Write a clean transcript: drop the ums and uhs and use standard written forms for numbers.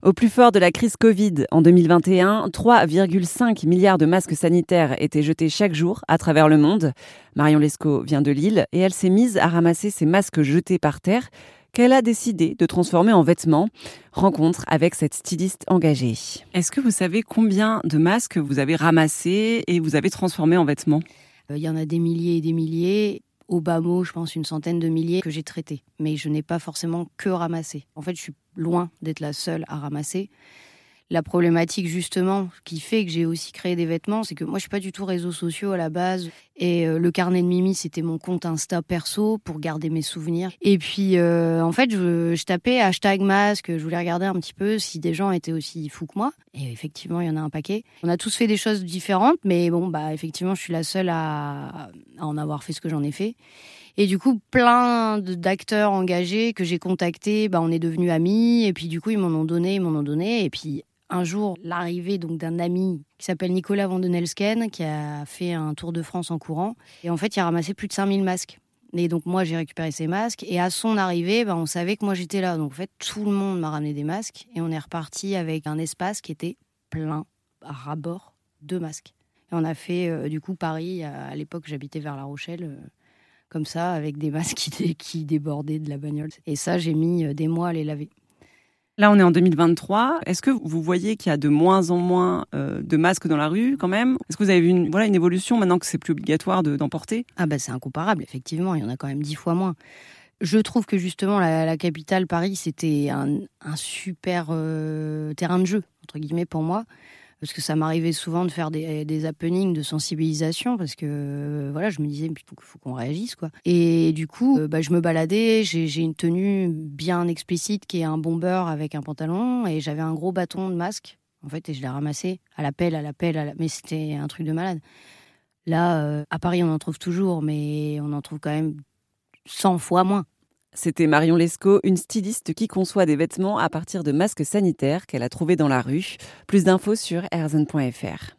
Au plus fort de la crise Covid en 2021, 3,5 milliards de masques sanitaires étaient jetés chaque jour à travers le monde. Marion Lescaut vient de Lille et elle s'est mise à ramasser ces masques jetés par terre qu'elle a décidé de transformer en vêtements. Rencontre avec cette styliste engagée. Est-ce que vous savez combien de masques vous avez ramassés et vous avez transformés en vêtements ? Il y en a des milliers et des milliers. Au bas mot, je pense une centaine de milliers que j'ai traités. Mais je n'ai pas forcément que ramassé. En fait, je suis loin d'être la seule à ramasser. La problématique, justement, qui fait que j'ai aussi créé des vêtements, c'est que moi, je suis pas du tout réseaux sociaux à la base. Et le carnet de Mimi, c'était mon compte Insta perso pour garder mes souvenirs. Et puis, en fait, je tapais hashtag masque. Je voulais regarder un petit peu si des gens étaient aussi fous que moi. Et effectivement, il y en a un paquet. On a tous fait des choses différentes, mais bon, effectivement, je suis la seule à en avoir fait ce que j'en ai fait. Et du coup, plein d'acteurs engagés que j'ai contactés, on est devenus amis. Et puis, du coup, ils m'en ont donné. Et puis, un jour, l'arrivée donc d'un ami qui s'appelle Nicolas Vandenelsken, qui a fait un tour de France en courant. Et en fait, il a ramassé plus de 5000 masques. Et donc, moi, j'ai récupéré ces masques. Et à son arrivée, on savait que moi, j'étais là. Donc, en fait, tout le monde m'a ramené des masques. Et on est reparti avec un espace qui était plein, à ras-bord, de masques. Et on a fait, du coup, Paris. À l'époque, j'habitais vers La Rochelle, comme ça, avec des masques qui débordaient de la bagnole. Et ça, j'ai mis des mois à les laver. Là, on est en 2023. Est-ce que vous voyez qu'il y a de moins en moins de masques dans la rue, quand même ? Est-ce que vous avez vu une évolution maintenant que c'est plus obligatoire d'en porter ? C'est incomparable, effectivement. Il y en a quand même 10 fois moins. Je trouve que justement, la capitale, Paris, c'était un super terrain de jeu, entre guillemets, pour moi. Parce que ça m'arrivait souvent de faire des happenings de sensibilisation, parce que je me disais, il faut qu'on réagisse, quoi. Et du coup, je me baladais, j'ai une tenue bien explicite qui est un bomber avec un pantalon, et j'avais un gros bâton de masque, en fait, et je l'ai ramassé à la pelle, mais c'était un truc de malade. Là, à Paris, on en trouve toujours, mais on en trouve quand même 100 fois moins. C'était Marion Lescaut, une styliste qui conçoit des vêtements à partir de masques sanitaires qu'elle a trouvés dans la rue. Plus d'infos sur rzn.fr.